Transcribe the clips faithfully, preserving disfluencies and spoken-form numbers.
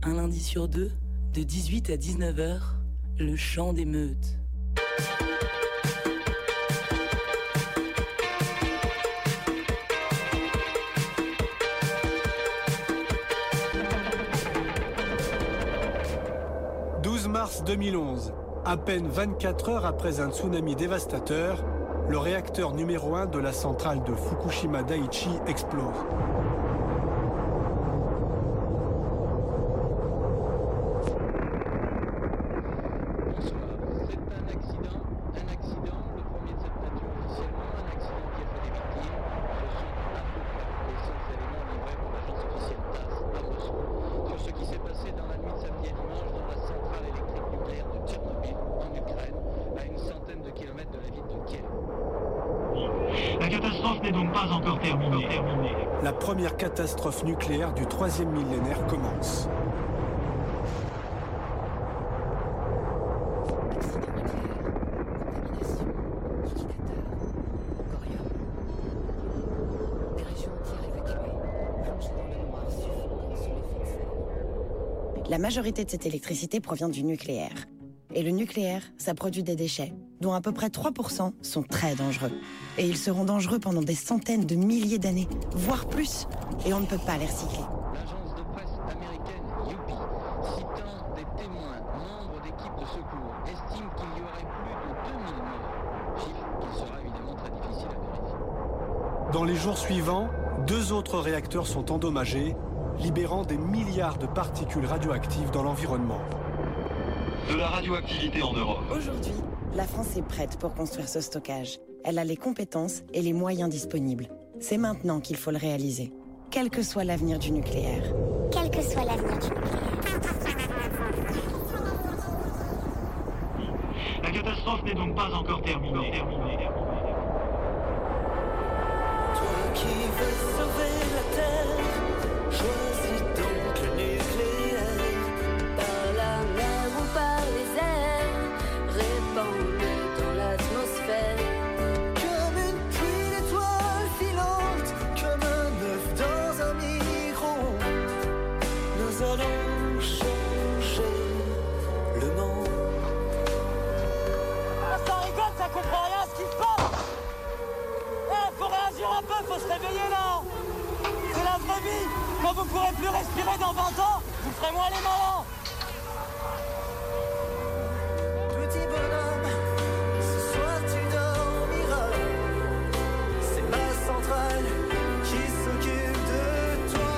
Un lundi sur deux, de dix-huit à dix-neuf heures, le chant des meutes. douze mars deux mille onze, à peine vingt-quatre heures après un tsunami dévastateur, le réacteur numéro un de la centrale de Fukushima Daiichi explose. La première catastrophe nucléaire du troisième millénaire commence. La majorité de cette électricité provient du nucléaire. Et le nucléaire, ça produit des déchets, dont à peu près trois pour cent sont très dangereux. Et ils seront dangereux pendant des centaines de milliers d'années, voire plus. Et on ne peut pas les recycler. L'agence de presse américaine U P, citant des témoins, membres d'équipes de secours, estime qu'il y aurait plus de deux mille morts. Chiffre qu'il sera évidemment très difficile à vérifier. Dans les jours suivants, deux autres réacteurs sont endommagés, libérant des milliards de particules radioactives dans l'environnement. De la radioactivité en Europe. Aujourd'hui, la France est prête pour construire ce stockage. Elle a les compétences et les moyens disponibles. C'est maintenant qu'il faut le réaliser. Quel que soit l'avenir du nucléaire. Quel que soit l'avenir du nucléaire. La catastrophe n'est donc pas encore terminée. terminée. Toi qui veux sauver la terre, choisis donc le nucléaire. Par la mer ou par les airs, répands-le dans l'atmosphère. Comme une pluie d'étoiles filantes, comme un œuf dans un micro-ondes, nous allons changer le monde. Ah, ça rigole, ça comprend rien à ce qui se passe. Eh, faut réagir un peu, faut se réveiller là. C'est la vraie vie. Quand vous pourrez plus respirer dans vingt ans, vous ferez moins les malins. Petit bonhomme, ce soir tu dormiras. C'est ma centrale qui s'occupe de toi.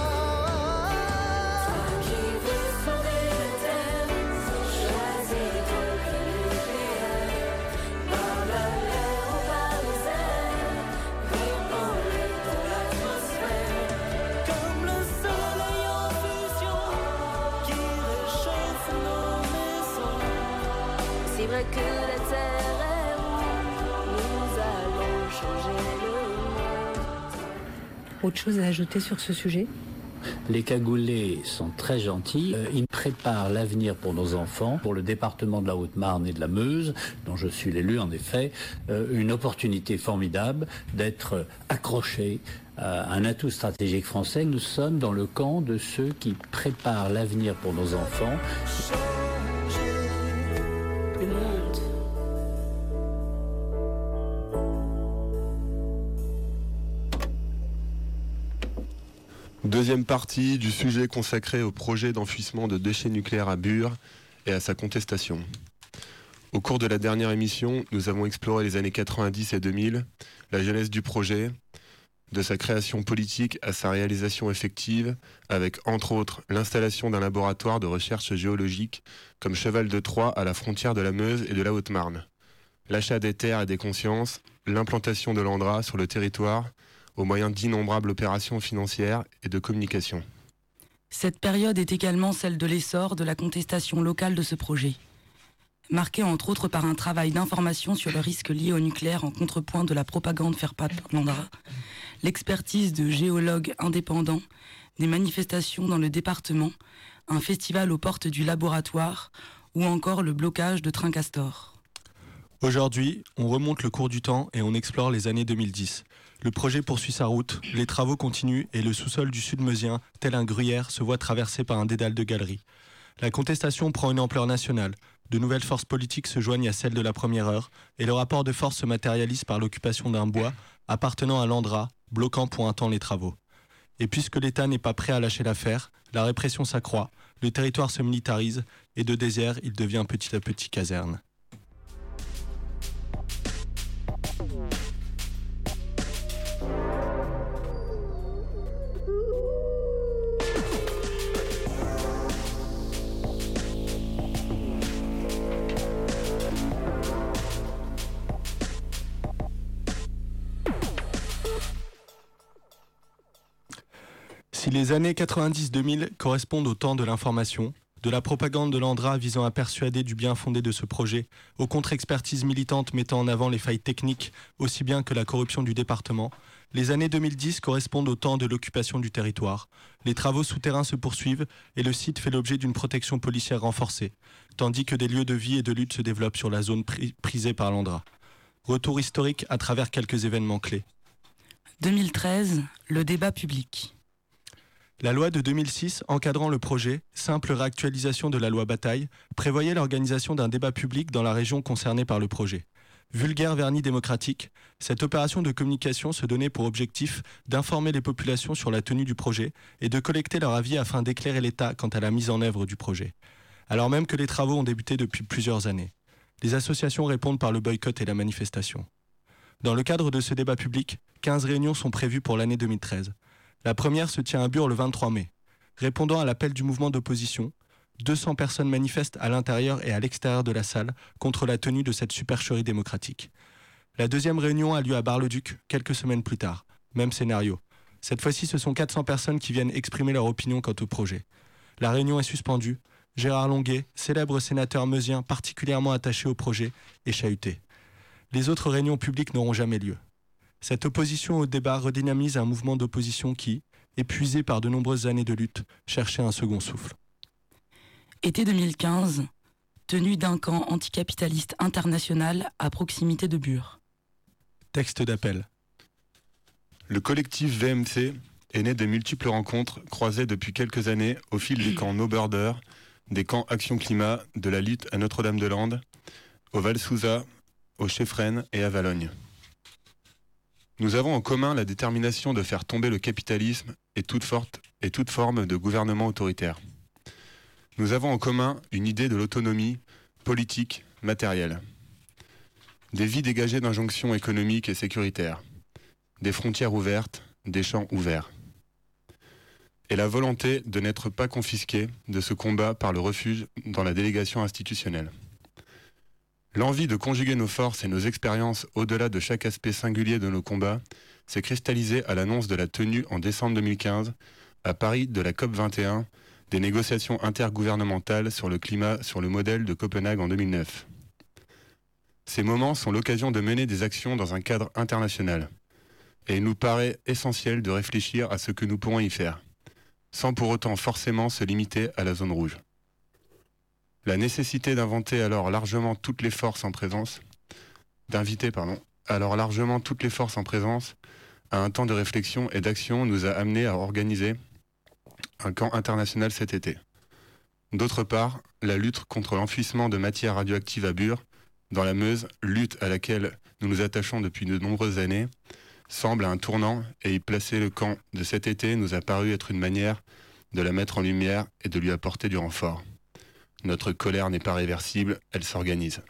Toi qui veux sauver la terre, choisis donc le nucléaire. Par la mer ou par les airs, répands-le dans l'atmosphère. Comme le soleil en fusion qui réchauffe nos maisons. C'est vrai que la terre est ronde, nous allons changer le monde. Autre chose à ajouter sur ce sujet ? Les cagoulés sont très gentils. Euh, ils préparent l'avenir pour nos enfants, pour le département de la Haute-Marne et de la Meuse, dont je suis l'élu en effet, euh, une opportunité formidable d'être accrochés à un atout stratégique français. Nous sommes dans le camp de ceux qui préparent l'avenir pour nos enfants. Le monde. Deuxième partie du sujet consacré au projet d'enfouissement de déchets nucléaires à Bure et à sa contestation. Au cours de la dernière émission, nous avons exploré les années quatre-vingt-dix et deux mille, la genèse du projet, de sa création politique à sa réalisation effective, avec entre autres l'installation d'un laboratoire de recherche géologique comme cheval de Troie à la frontière de la Meuse et de la Haute-Marne, l'achat des terres et des consciences, l'implantation de l'Andra sur le territoire, au moyen d'innombrables opérations financières et de communication. Cette période est également celle de l'essor de la contestation locale de ce projet, marquée entre autres par un travail d'information sur le risque lié au nucléaire en contrepoint de la propagande faite par l'Andra, l'expertise de géologues indépendants, des manifestations dans le département, un festival aux portes du laboratoire ou encore le blocage de trains Castor. Aujourd'hui, on remonte le cours du temps et on explore les années deux mille dix. Le projet poursuit sa route, les travaux continuent et le sous-sol du Sud-Meusien, tel un gruyère, se voit traversé par un dédale de galeries. La contestation prend une ampleur nationale. De nouvelles forces politiques se joignent à celles de la première heure et le rapport de force se matérialise par l'occupation d'un bois appartenant à l'Andra, bloquant pour un temps les travaux. Et puisque l'État n'est pas prêt à lâcher l'affaire, la répression s'accroît, le territoire se militarise et de désert, il devient petit à petit caserne. Si les années quatre-vingt-dix deux mille correspondent au temps de l'information, de la propagande de l'Andra visant à persuader du bien fondé de ce projet, aux contre-expertises militantes mettant en avant les failles techniques aussi bien que la corruption du département, les années deux mille dix correspondent au temps de l'occupation du territoire. Les travaux souterrains se poursuivent et le site fait l'objet d'une protection policière renforcée, tandis que des lieux de vie et de lutte se développent sur la zone pri- prisée par l'Andra. Retour historique à travers quelques événements clés. deux mille treize, le débat public. La loi de deux mille six encadrant le projet, simple réactualisation de la loi Bataille, prévoyait l'organisation d'un débat public dans la région concernée par le projet. Vulgaire vernis démocratique, cette opération de communication se donnait pour objectif d'informer les populations sur la tenue du projet et de collecter leur avis afin d'éclairer l'État quant à la mise en œuvre du projet. Alors même que les travaux ont débuté depuis plusieurs années. Les associations répondent par le boycott et la manifestation. Dans le cadre de ce débat public, quinze réunions sont prévues pour l'année deux mille treize. La première se tient à Bure le vingt-trois mai. Répondant à l'appel du mouvement d'opposition, deux cents personnes manifestent à l'intérieur et à l'extérieur de la salle contre la tenue de cette supercherie démocratique. La deuxième réunion a lieu à Bar-le-Duc, quelques semaines plus tard. Même scénario. Cette fois-ci, ce sont quatre cents personnes qui viennent exprimer leur opinion quant au projet. La réunion est suspendue. Gérard Longuet, célèbre sénateur meusien particulièrement attaché au projet, est chahuté. Les autres réunions publiques n'auront jamais lieu. Cette opposition au débat redynamise un mouvement d'opposition qui, épuisé par de nombreuses années de lutte, cherchait un second souffle. Été deux mille quinze, tenue d'un camp anticapitaliste international à proximité de Bure. Texte d'appel. Le collectif V M C est né de multiples rencontres croisées depuis quelques années au fil des camps No Border, des camps Action Climat, de la lutte à Notre-Dame-de-Lande, au Val-Souza, au Cheffren et à Valogne. Nous avons en commun la détermination de faire tomber le capitalisme et toute, forte, et toute forme de gouvernement autoritaire. Nous avons en commun une idée de l'autonomie politique, matérielle. Des vies dégagées d'injonctions économiques et sécuritaires. Des frontières ouvertes, des champs ouverts. Et la volonté de n'être pas confisqués de ce combat par le refuge dans la délégation institutionnelle. L'envie de conjuguer nos forces et nos expériences au-delà de chaque aspect singulier de nos combats s'est cristallisée à l'annonce de la tenue en décembre deux mille quinze, à Paris, de la COP vingt et un, des négociations intergouvernementales sur le climat sur le modèle de Copenhague en deux mille neuf. Ces moments sont l'occasion de mener des actions dans un cadre international. Et il nous paraît essentiel de réfléchir à ce que nous pourrons y faire, sans pour autant forcément se limiter à la zone rouge. La nécessité d'inventer alors largement toutes les forces en présence, d'inviter, pardon, alors largement toutes les forces en présence à un temps de réflexion et d'action nous a amené à organiser un camp international cet été. D'autre part, la lutte contre l'enfouissement de matières radioactives à Bure, dans la Meuse, lutte à laquelle nous nous attachons depuis de nombreuses années, semble à un tournant et y placer le camp de cet été nous a paru être une manière de la mettre en lumière et de lui apporter du renfort. Notre colère n'est pas réversible, elle s'organise.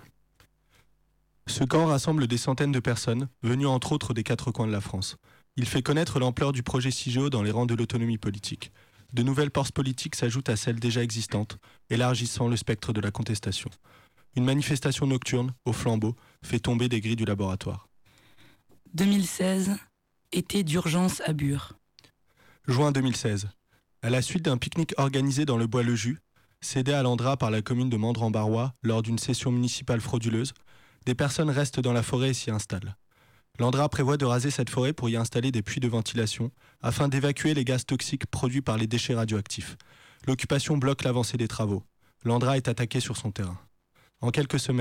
Ce camp rassemble des centaines de personnes, venues entre autres des quatre coins de la France. Il fait connaître l'ampleur du projet CIGEO dans les rangs de l'autonomie politique. De nouvelles forces politiques s'ajoutent à celles déjà existantes, élargissant le spectre de la contestation. Une manifestation nocturne, au flambeau, fait tomber des grilles du laboratoire. deux mille seize, été d'urgence à Bure. Juin deux mille seize. À la suite d'un pique-nique organisé dans le Bois-le-Jus, cédé à l'Andra par la commune de Mandran-Barrois lors d'une session municipale frauduleuse, des personnes restent dans la forêt et s'y installent. L'Andra prévoit de raser cette forêt pour y installer des puits de ventilation afin d'évacuer les gaz toxiques produits par les déchets radioactifs. L'occupation bloque l'avancée des travaux. L'Andra est attaquée sur son terrain. En quelques semaines,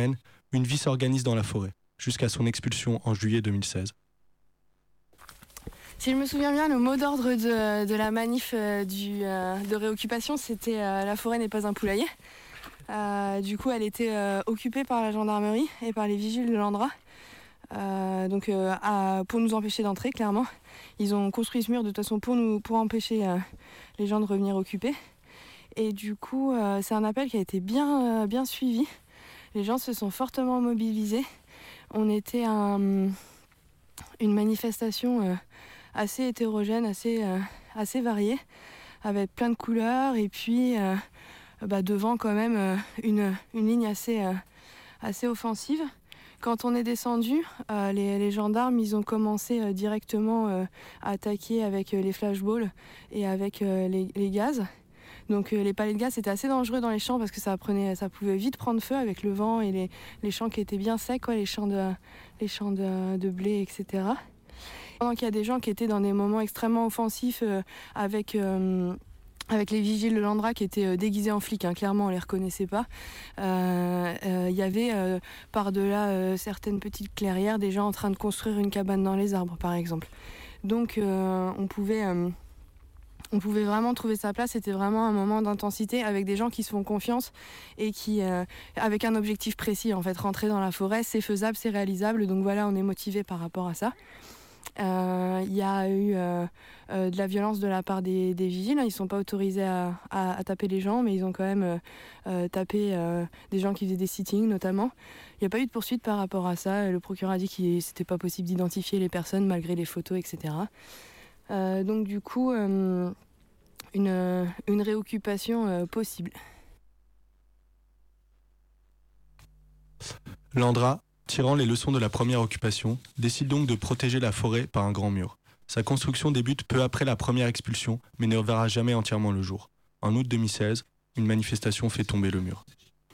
Une vie s'organise dans la forêt, jusqu'à son expulsion en juillet deux mille seize. Si je me souviens bien, le mot d'ordre de, de la manif euh, du, euh, de réoccupation, c'était euh, « La forêt n'est pas un poulailler ». Euh, du coup, elle était euh, occupée par la gendarmerie et par les vigiles de l'Andra. Euh, donc euh, à, pour nous empêcher d'entrer, clairement. Ils ont construit ce mur de toute façon pour, nous, pour empêcher euh, les gens de revenir occuper. Et du coup, euh, c'est un appel qui a été bien, euh, bien suivi. Les gens se sont fortement mobilisés. On était à un, une manifestation euh, assez hétérogène, assez, euh, assez variée, avec plein de couleurs. Et puis euh, bah, devant quand même euh, une, une ligne assez, euh, assez offensive. Quand on est descendu, euh, les, les gendarmes, ils ont commencé euh, directement euh, à attaquer avec euh, les flashballs et avec euh, les, les gaz. Donc euh, les palets de gaz, c'était assez dangereux dans les champs parce que ça, prenait, ça pouvait vite prendre feu avec le vent et les, les champs qui étaient bien secs, quoi, les champs, de, les champs de, de blé, et cetera. Pendant qu'il y a des gens qui étaient dans des moments extrêmement offensifs euh, avec... Euh, avec les vigiles de l'Andra qui étaient euh, déguisés en flics, hein, clairement on les reconnaissait pas. Il euh, euh, y avait euh, par-delà euh, certaines petites clairières des gens en train de construire une cabane dans les arbres par exemple. Donc euh, on pouvait... Euh, On pouvait vraiment trouver sa place, c'était vraiment un moment d'intensité avec des gens qui se font confiance et qui, euh, avec un objectif précis, en fait, rentrer dans la forêt, c'est faisable, c'est réalisable, donc voilà, on est motivé par rapport à ça. Il euh, y a eu euh, euh, de la violence de la part des, des vigiles, ils ne sont pas autorisés à, à, à taper les gens, mais ils ont quand même euh, euh, tapé euh, des gens qui faisaient des sittings notamment. Il n'y a pas eu de poursuite par rapport à ça, le procureur a dit que c'était pas possible d'identifier les personnes malgré les photos, et cetera. Euh, donc du coup, euh, une, une réoccupation euh, possible. L'Andra, tirant les leçons de la première occupation, décide donc de protéger la forêt par un grand mur. Sa construction débute peu après la première expulsion, mais ne verra jamais entièrement le jour. En août deux mille seize, une manifestation fait tomber le mur.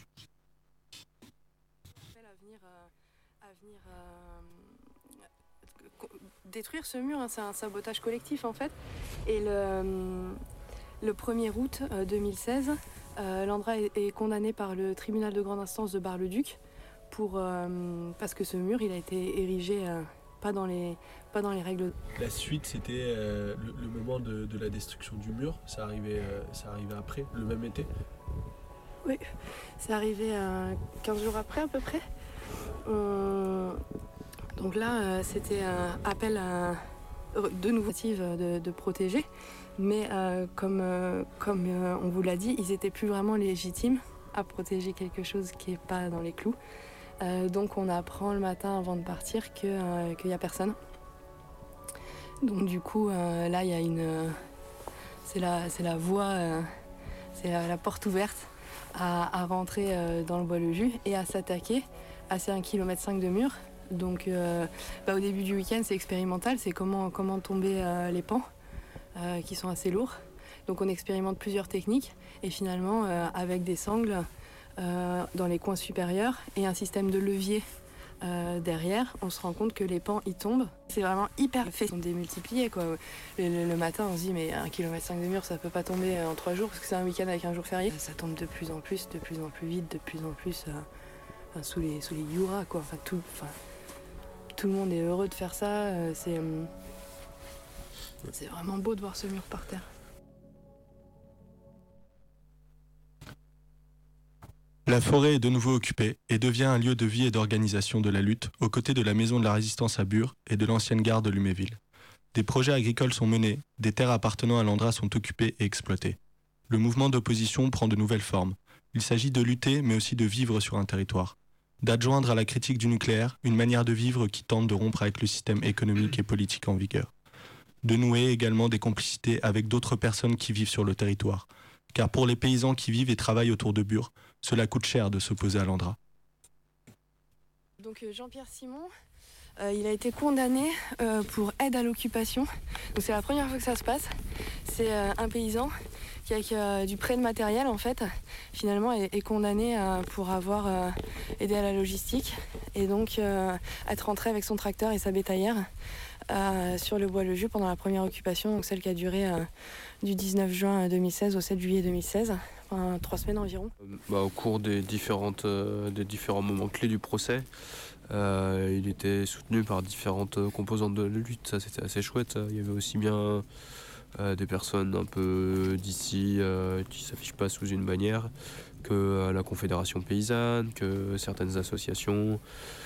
Détruire ce mur, hein, c'est un sabotage collectif en fait. Et le, le premier août deux mille seize, euh, l'Andra est, est condamné par le tribunal de grande instance de Bar-le-Duc pour, euh, parce que ce mur il a été érigé euh, pas, dans les, pas dans les règles. La suite c'était euh, le, le moment de, de la destruction du mur, ça arrivait, euh, ça arrivait après, le même été. Oui, c'est arrivé euh, quinze jours après à peu près. On... Donc là, euh, c'était un appel à de nouveau de, de protéger, mais euh, comme, euh, comme euh, on vous l'a dit, ils n'étaient plus vraiment légitimes à protéger quelque chose qui n'est pas dans les clous. Euh, donc on apprend le matin avant de partir que, euh, qu'il n'y a personne. Donc du coup, euh, là, il y a une... Euh, c'est, la, c'est la voie, euh, c'est la, la porte ouverte à, à rentrer euh, dans le Bois-le-Jus et à s'attaquer à ces un virgule cinq kilomètres de mur. Donc euh, bah, au début du week-end c'est expérimental, c'est comment, comment tomber euh, les pans euh, qui sont assez lourds. Donc on expérimente plusieurs techniques et finalement euh, avec des sangles euh, dans les coins supérieurs et un système de levier euh, derrière, on se rend compte que les pans y tombent. C'est vraiment hyper fait, ils sont démultipliés quoi. Le, le, le matin on se dit mais un virgule cinq kilomètre de mur ça peut pas tomber en trois jours parce que c'est un week-end avec un jour férié. Ça tombe de plus en plus, de plus en plus vite, de plus en plus euh, enfin, sous les, sous les yuras quoi. Enfin, tout, enfin, Tout le monde est heureux de faire ça, c'est, c'est vraiment beau de voir ce mur par terre. La forêt est de nouveau occupée et devient un lieu de vie et d'organisation de la lutte aux côtés de la Maison de la Résistance à Bure et de l'ancienne gare de Luméville. Des projets agricoles sont menés, des terres appartenant à l'Andra sont occupées et exploitées. Le mouvement d'opposition prend de nouvelles formes. Il s'agit de lutter mais aussi de vivre sur un territoire. D'adjoindre à la critique du nucléaire une manière de vivre qui tente de rompre avec le système économique et politique en vigueur. De nouer également des complicités avec d'autres personnes qui vivent sur le territoire. Car pour les paysans qui vivent et travaillent autour de Bure, cela coûte cher de s'opposer à l'Andra. Donc Jean-Pierre Simon, euh, il a été condamné euh, pour aide à l'occupation. Donc c'est la première fois que ça se passe. C'est euh, un paysan qui avec euh, du prêt de matériel en fait, finalement est, est condamné euh, pour avoir euh, aidé à la logistique et donc euh, être rentré avec son tracteur et sa bétaillère euh, sur le Bois-le-Jus pendant la première occupation, donc celle qui a duré euh, du dix-neuf juin deux mille seize au sept juillet deux mille seize, enfin, trois semaines environ. Bah, au cours des, différentes, euh, des différents moments clés du procès, euh, il était soutenu par différentes composantes de la lutte, ça c'était assez chouette. Il y avait aussi bien euh, des personnes un peu d'ici euh, qui ne s'affichent pas sous une bannière, que euh, la Confédération paysanne, que certaines associations.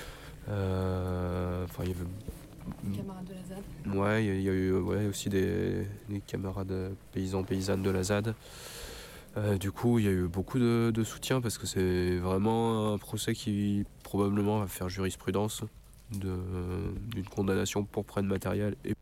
Euh, enfin, il y avait Camarades de la Z A D. Ouais, il y, y a eu ouais, aussi des, des camarades paysans, paysannes de la Z A D. Euh, du coup, il y a eu beaucoup de, de soutien parce que c'est vraiment un procès qui probablement va faire jurisprudence de, d'une condamnation pour prêt de matériel. Et...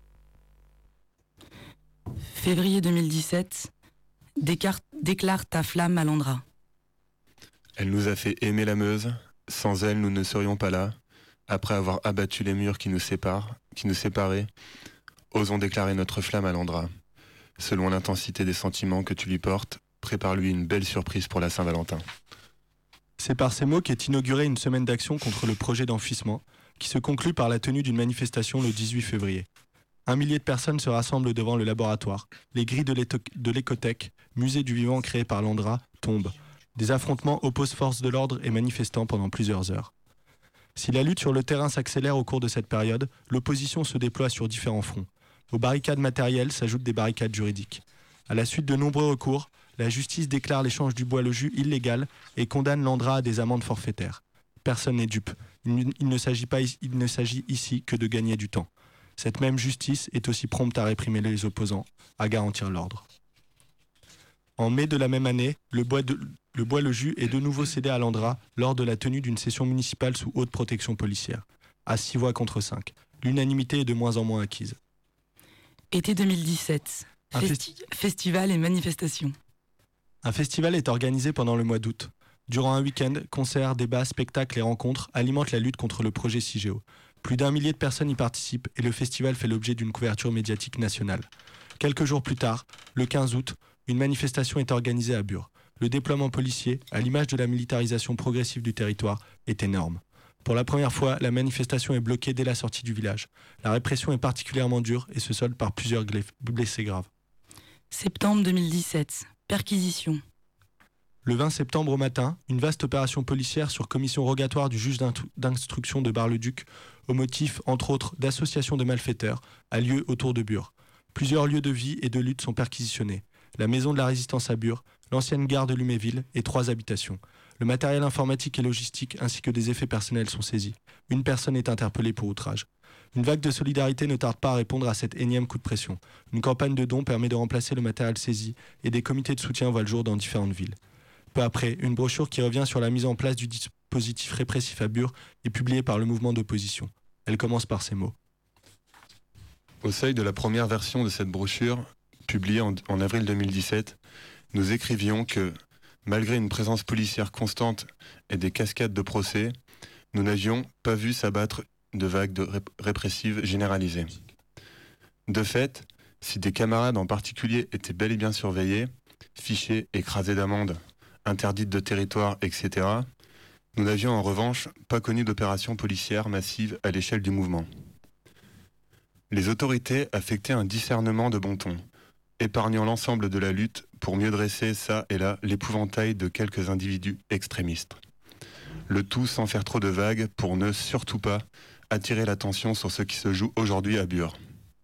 Février deux mille dix-sept, déclare, déclare ta flamme à Landra. Elle nous a fait aimer la Meuse. Sans elle, nous ne serions pas là. Après avoir abattu les murs qui nous séparent, qui nous séparaient, osons déclarer notre flamme à Landra. Selon l'intensité des sentiments que tu lui portes, prépare-lui une belle surprise pour la Saint-Valentin. C'est par ces mots qu'est inaugurée une semaine d'action contre le projet d'enfouissement, qui se conclut par la tenue d'une manifestation le dix-huit février. Un millier de personnes se rassemblent devant le laboratoire. Les grilles de, de l'écothèque, musée du vivant créé par Landra, tombent. Des affrontements opposent forces de l'ordre et manifestants pendant plusieurs heures. Si la lutte sur le terrain s'accélère au cours de cette période, l'opposition se déploie sur différents fronts. Aux barricades matérielles s'ajoutent des barricades juridiques. À la suite de nombreux recours, la justice déclare l'échange du Bois-le-Jus illégal et condamne Landra à des amendes forfaitaires. Personne n'est dupe. Il, il, ne s'agit pas, il ne s'agit ici que de gagner du temps. Cette même justice est aussi prompte à réprimer les opposants, à garantir l'ordre. En mai de la même année, le bois de, le Bois-le-Jus est de nouveau cédé à Landra lors de la tenue d'une session municipale sous haute protection policière. À six voix contre cinq. L'unanimité est de moins en moins acquise. Été deux mille dix-sept. Festi- festi- festival et manifestation. Un festival est organisé pendant le mois d'août. Durant un week-end, concerts, débats, spectacles et rencontres alimentent la lutte contre le projet Cigéo. Plus d'un millier de personnes y participent et le festival fait l'objet d'une couverture médiatique nationale. Quelques jours plus tard, le quinze août, une manifestation est organisée à Bure. Le déploiement policier, à l'image de la militarisation progressive du territoire, est énorme. Pour la première fois, la manifestation est bloquée dès la sortie du village. La répression est particulièrement dure et se solde par plusieurs blessés graves. Septembre deux mille dix-sept. Perquisition. Le vingt septembre au matin, une vaste opération policière sur commission rogatoire du juge d'instruction de Bar-le-Duc, au motif, entre autres, d'association de malfaiteurs, a lieu autour de Bure. Plusieurs lieux de vie et de lutte sont perquisitionnés. La maison de la Résistance à Bure, l'ancienne gare de Luméville et trois habitations. Le matériel informatique et logistique ainsi que des effets personnels sont saisis. Une personne est interpellée pour outrage. Une vague de solidarité ne tarde pas à répondre à cet énième coup de pression. Une campagne de dons permet de remplacer le matériel saisi et des comités de soutien voient le jour dans différentes villes. Peu après, une brochure qui revient sur la mise en place du dispositif répressif à Bure est publiée par le mouvement d'opposition. Elle commence par ces mots. Au seuil de la première version de cette brochure, publiée en, en avril deux mille dix-sept, nous écrivions que, malgré une présence policière constante et des cascades de procès, nous n'avions pas vu s'abattre de vagues de rép- répressives généralisées. De fait, si des camarades en particulier étaient bel et bien surveillés, fichés, écrasés d'amendes, interdites de territoire, et cetera, nous n'avions en revanche pas connu d'opérations policières massives à l'échelle du mouvement. Les autorités affectaient un discernement de bon ton, épargnant l'ensemble de la lutte pour mieux dresser ça et là l'épouvantail de quelques individus extrémistes. Le tout sans faire trop de vagues pour ne surtout pas attirer l'attention sur ce qui se joue aujourd'hui à Bure.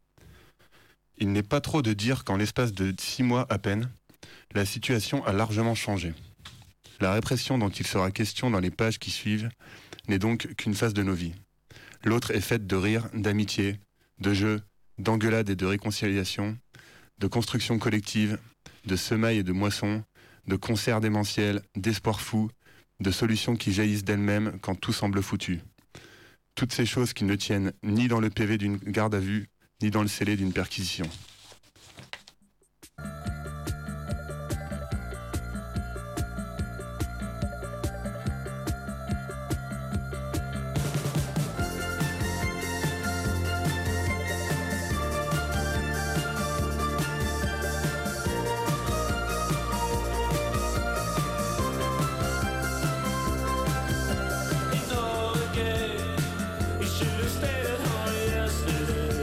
Il n'est pas trop de dire qu'en l'espace de six mois à peine, la situation a largement changé. La répression dont il sera question dans les pages qui suivent n'est donc qu'une phase de nos vies. L'autre est faite de rire, d'amitié, de jeux, d'engueulades et de réconciliation, de construction collective, de semailles et de moissons, de concerts démentiels, d'espoirs fous, de solutions qui jaillissent d'elles-mêmes quand tout semble foutu. Toutes ces choses qui ne tiennent ni dans le P V d'une garde à vue, ni dans le scellé d'une perquisition. Stayed at home yesterday.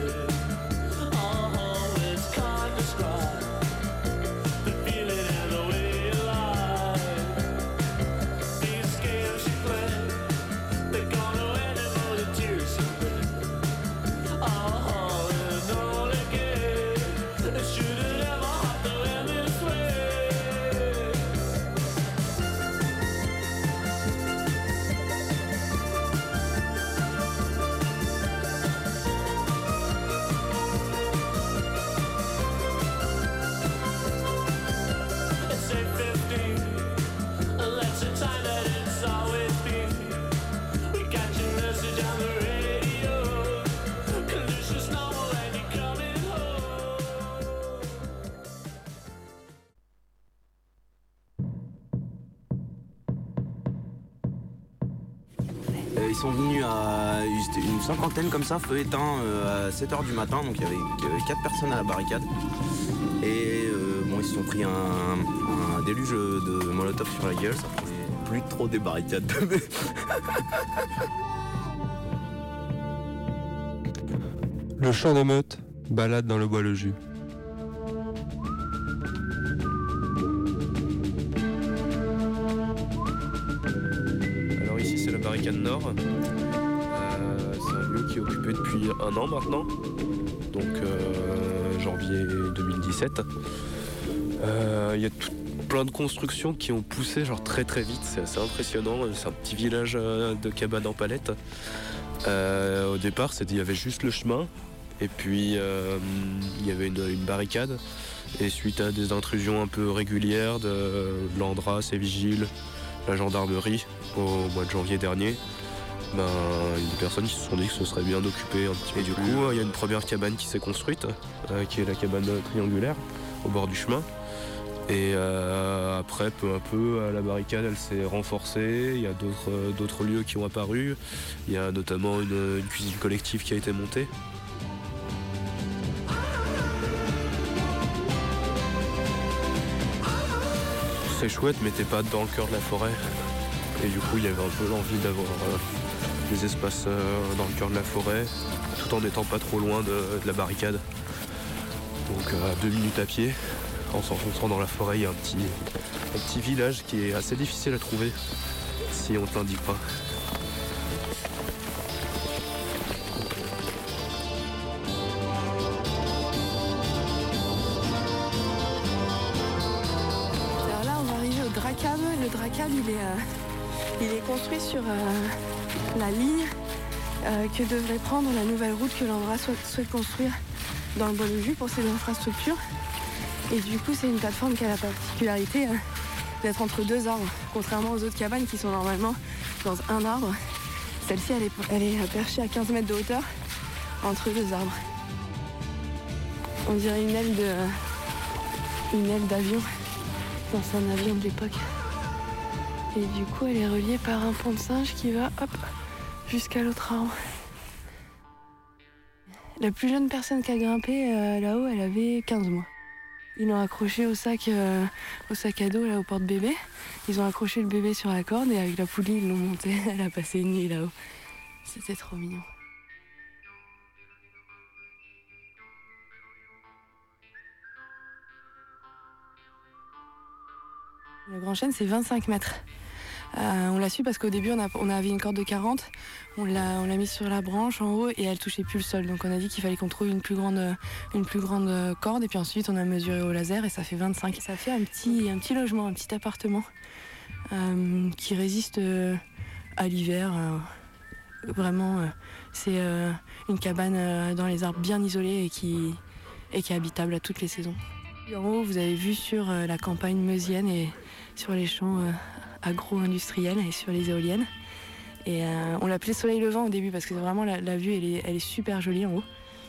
sont venus à une cinquantaine comme ça, feu éteint euh, à sept heures du matin, donc il y avait quatre personnes à la barricade. Et euh, bon, ils se sont pris un, un déluge de molotov sur la gueule, ça prenait plus trop des barricades. Le chant d'émeute balade dans le bois le jus. Alors ici c'est la barricade nord. Euh, c'est un lieu qui est occupé depuis un an maintenant, donc euh, janvier deux mille dix-sept. Euh, Il y a tout, plein de constructions qui ont poussé genre très très vite, c'est assez impressionnant. C'est un petit village de cabanes en palettes. Euh, au départ, c'était, il y avait juste le chemin, et puis euh, il y avait une, une barricade. Et suite à des intrusions un peu régulières de, de l'Andra, ses vigiles, la gendarmerie, au mois de janvier dernier, ben, il y a des personnes qui se sont dit que ce serait bien d'occuper un petit peu. Et du coup, il y a une première cabane qui s'est construite, euh, qui est la cabane triangulaire, au bord du chemin. Et euh, après, peu à peu, la barricade, elle s'est renforcée. Il y a d'autres, euh, d'autres lieux qui ont apparu. Il y a notamment une, une cuisine collective qui a été montée. C'est chouette, mais t'es pas dans le cœur de la forêt. Et du coup, il y avait un peu l'envie d'avoir euh, des espaces euh, dans le cœur de la forêt, tout en n'étant pas trop loin de, de la barricade. Donc à euh, deux minutes à pied. En s'enfonçant dans la forêt, il y a un petit, un petit village qui est assez difficile à trouver si on ne te l'indique pas. Alors là, on va arriver au Dracab. Le Dracab, il est, euh, il est construit sur euh, la ligne euh, que devrait prendre la nouvelle route que l'Andra souhaite, souhaite construire dans le bois de Jus pour ses infrastructures. Et du coup, c'est une plateforme qui a la particularité euh, d'être entre deux arbres, contrairement aux autres cabanes qui sont normalement dans un arbre. Celle-ci, elle est, elle est perchée à quinze mètres de hauteur entre deux arbres. On dirait une aile de, une aile d'avion. Non, c'est un avion de l'époque. Et du coup, elle est reliée par un pont de singe qui va, hop, jusqu'à l'autre arbre. La plus jeune personne qui a grimpé euh, là-haut, elle avait quinze mois. Ils l'ont accroché au sac, euh, au sac à dos, là, au porte-bébé. Ils ont accroché le bébé sur la corde et avec la poulie, ils l'ont monté. Elle a passé une nuit là-haut. C'était trop mignon. Le Grand Chêne, c'est vingt-cinq mètres. Euh, on l'a su parce qu'au début, on, a, on avait une corde de quarante. On l'a, on l'a mise sur la branche en haut et elle touchait plus le sol. Donc on a dit qu'il fallait qu'on trouve une plus grande, une plus grande corde. Et puis ensuite, on a mesuré au laser et ça fait vingt-cinq. Et ça fait un petit, un petit logement, un petit appartement euh, qui résiste euh, à l'hiver. Euh, vraiment, euh, c'est euh, une cabane euh, dans les arbres bien isolée et qui, et qui est habitable à toutes les saisons. En haut, vous avez vu sur euh, la campagne meusienne et sur les champs euh, agro-industriels et sur les éoliennes. Et euh, on l'appelait soleil levant au début parce que vraiment la, la vue elle est, elle est super jolie en haut.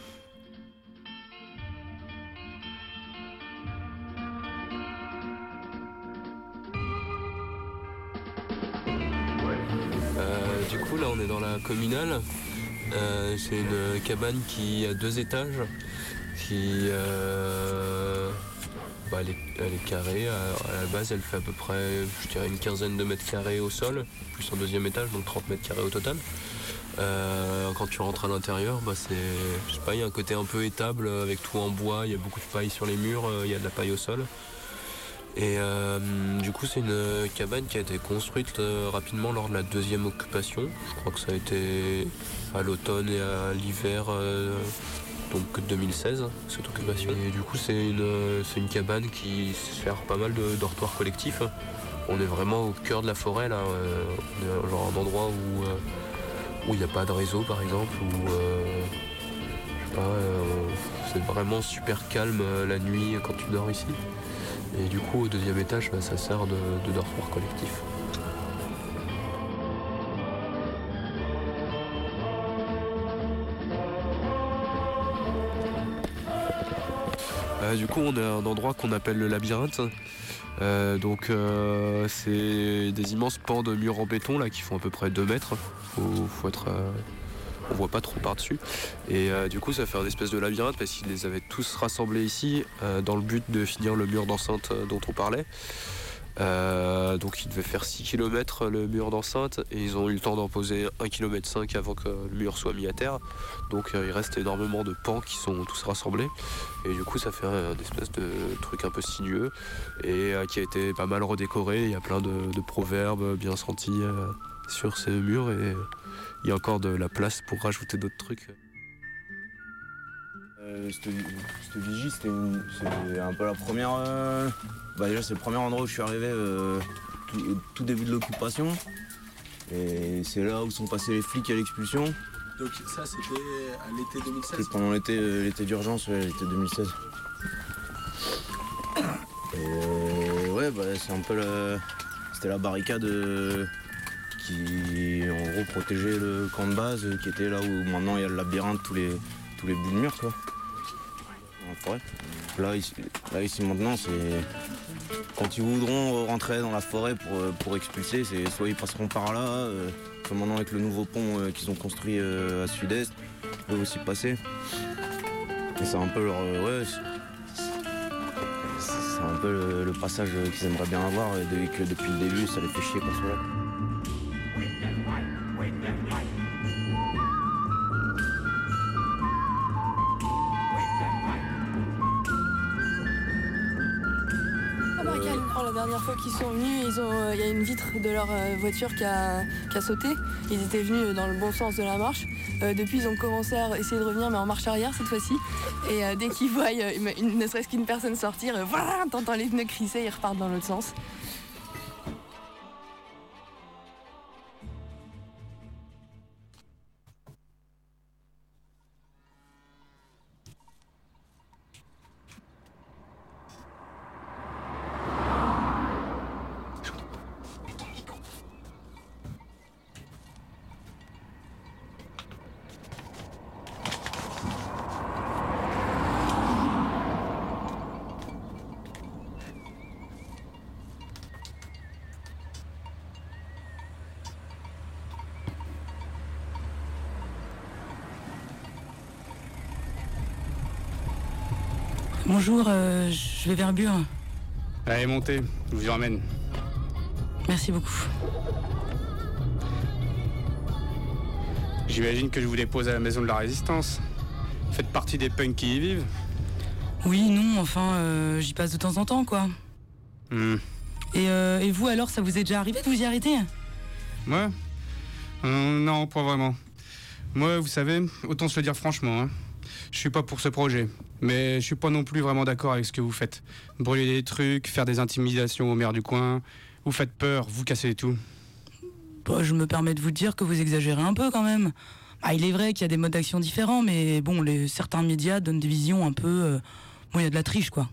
Euh, du coup là on est dans la communale. Euh, c'est une cabane qui a deux étages. Qui euh, bah, elle, est, elle est carrée, à, à la base elle fait à peu près je dirais une quinzaine de mètres carrés au sol, plus un deuxième étage, donc trente mètres carrés au total. Euh, quand tu rentres à l'intérieur, bah, c'est, je sais pas, il y a un côté un peu étable avec tout en bois, il y a beaucoup de paille sur les murs, il y a de la paille au sol. Et euh, du coup c'est une cabane qui a été construite euh, rapidement lors de la deuxième occupation. Je crois que ça a été à l'automne et à l'hiver. Euh, donc deux mille seize, cette occupation. Et du coup, c'est une, c'est une cabane qui sert pas mal de dortoirs collectifs. On est vraiment au cœur de la forêt, là. On est genre un endroit où où il n'y a pas de réseau, par exemple, où euh, je sais pas, euh, c'est vraiment super calme la nuit quand tu dors ici. Et du coup, au deuxième étage, bah, ça sert de, de dortoir collectif. Euh, du coup, on est à un endroit qu'on appelle le labyrinthe. Euh, donc euh, c'est des immenses pans de murs en béton là qui font à peu près deux mètres. Faut, faut être, euh, on voit pas trop par-dessus. Et euh, du coup ça fait un espèce de labyrinthe parce qu'ils les avaient tous rassemblés ici euh, dans le but de finir le mur d'enceinte dont on parlait. Euh, donc il devait faire six kilomètres le mur d'enceinte et ils ont eu le temps d'en poser un virgule cinq kilomètres avant que le mur soit mis à terre. Donc euh, il reste énormément de pans qui sont tous rassemblés et du coup ça fait un, une espèce de truc un peu sinueux et euh, qui a été pas mal redécoré. Il y a plein de, de proverbes bien sentis euh, sur ces murs et il y a encore de la place pour rajouter d'autres trucs. Euh, cette, cette vigie, c'était une- c'est un peu la première. euh, Bah déjà, c'est le premier endroit où je suis arrivé euh, tout, au tout début de l'occupation. Et c'est là où sont passés les flics à l'expulsion. Donc ça c'était à l'été deux mille seize. C'était pendant l'été, euh, l'été d'urgence, ouais, l'été deux mille seize. Et euh, ouais, bah, c'est un peu la... C'était la barricade euh, qui, en gros, protégeait le camp de base, euh, qui était là où maintenant il y a le labyrinthe, tous les, tous les bouts de mur, quoi. Dans la forêt. Là, ici, là, ici maintenant, c'est... Quand ils voudront rentrer dans la forêt pour, euh, pour expulser, c'est soit ils passeront par là, euh, comme maintenant avec le nouveau pont euh, qu'ils ont construit euh, à sud-est, ils peuvent aussi passer. Et c'est un peu leur... euh, ouais, c'est, c'est un peu le, le passage qu'ils aimeraient bien avoir et de- que depuis le début, ça les fait chier qu'on soit là. Oh, la dernière fois qu'ils sont venus, ils ont, euh, il y a une vitre de leur euh, voiture qui a, qui a sauté. Ils étaient venus dans le bon sens de la marche. Euh, depuis, ils ont commencé à essayer de revenir, mais en marche arrière cette fois-ci. Et euh, dès qu'ils voient euh, une- une- ne serait-ce qu'une personne sortir, euh, voilà, t'entends les pneus crisser, ils repartent dans l'autre sens. Bonjour, euh, je vais vers Bure. Allez, montez, je vous y emmène. Merci beaucoup. J'imagine que je vous dépose à la maison de la Résistance. Vous faites partie des punks qui y vivent. Oui, non, enfin, euh, j'y passe de temps en temps, quoi. Hmm. Et, euh, et vous, alors, ça vous est déjà arrivé de vous y arrêter? Moi Euh, Non, pas vraiment. Moi, vous savez, autant se le dire franchement, hein, je suis pas pour ce projet. Mais je suis pas non plus vraiment d'accord avec ce que vous faites. Brûler des trucs, faire des intimidations au maire du coin. Vous faites peur, vous cassez tout. Bah, je me permets de vous dire que vous exagérez un peu, quand même. Ah, il est vrai qu'il y a des modes d'action différents, mais bon, les, certains médias donnent des visions un peu... euh, bon, il y a de la triche, quoi.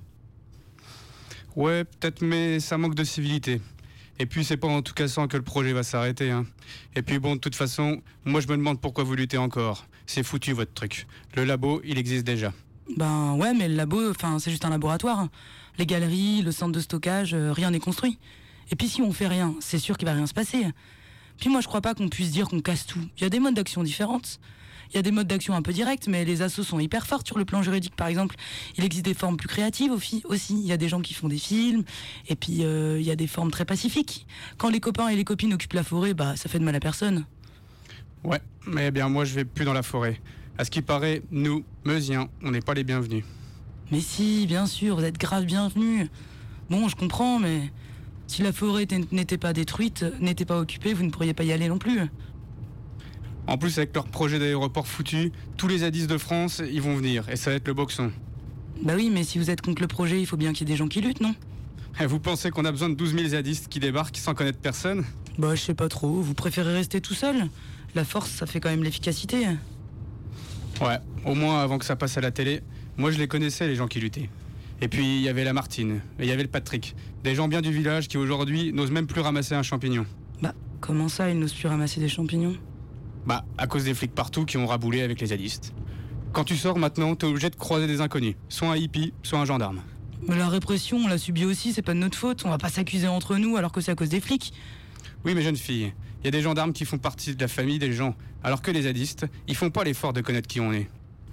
Ouais, peut-être, mais ça manque de civilité. Et puis, c'est pas en tout cassant que le projet va s'arrêter. Hein. Et puis, bon, de toute façon, moi, je me demande pourquoi vous luttez encore. C'est foutu, votre truc. Le labo, il existe déjà. Ben ouais, mais le labo, enfin, c'est juste un laboratoire. Les galeries, le centre de stockage, euh, rien n'est construit. Et puis si on fait rien, c'est sûr qu'il va rien se passer. Puis moi, je crois pas qu'on puisse dire qu'on casse tout. Il y a des modes d'action différentes. Il y a des modes d'action un peu directs, mais les assos sont hyper fortes sur le plan juridique, par exemple. Il existe des formes plus créatives aussi. Il y a des gens qui font des films, et puis euh, il y a des formes très pacifiques. Quand les copains et les copines occupent la forêt, bah ça fait de mal à personne. Ouais, mais bien moi, je vais plus dans la forêt. À ce qui paraît, nous, Meusiens, on n'est pas les bienvenus. Mais si, bien sûr, vous êtes grave bienvenus. Bon, je comprends, mais si la forêt n'était pas détruite, n'était pas occupée, vous ne pourriez pas y aller non plus. En plus, avec leur projet d'aéroport foutu, tous les zadistes de France, ils vont venir, et ça va être le boxon. Bah oui, mais si vous êtes contre le projet, il faut bien qu'il y ait des gens qui luttent, non? Et vous pensez qu'on a besoin de douze mille zadistes qui débarquent sans connaître personne? Bah je sais pas trop, vous préférez rester tout seul? La force, ça fait quand même l'efficacité. Ouais, au moins avant que ça passe à la télé, moi je les connaissais les gens qui luttaient. Et puis il y avait la Martine, et il y avait le Patrick, des gens bien du village qui aujourd'hui n'osent même plus ramasser un champignon. Bah comment ça, ils n'osent plus ramasser des champignons? Bah à cause des flics partout qui ont raboulé avec les zadistes. Quand tu sors maintenant, t'es obligé de croiser des inconnus, soit un hippie, soit un gendarme. Mais la répression, on l'a subie aussi, c'est pas de notre faute. On va pas s'accuser entre nous alors que c'est à cause des flics. Oui, mes jeunes filles, il y a des gendarmes qui font partie de la famille des gens, alors que les zadistes, ils font pas l'effort de connaître qui on est.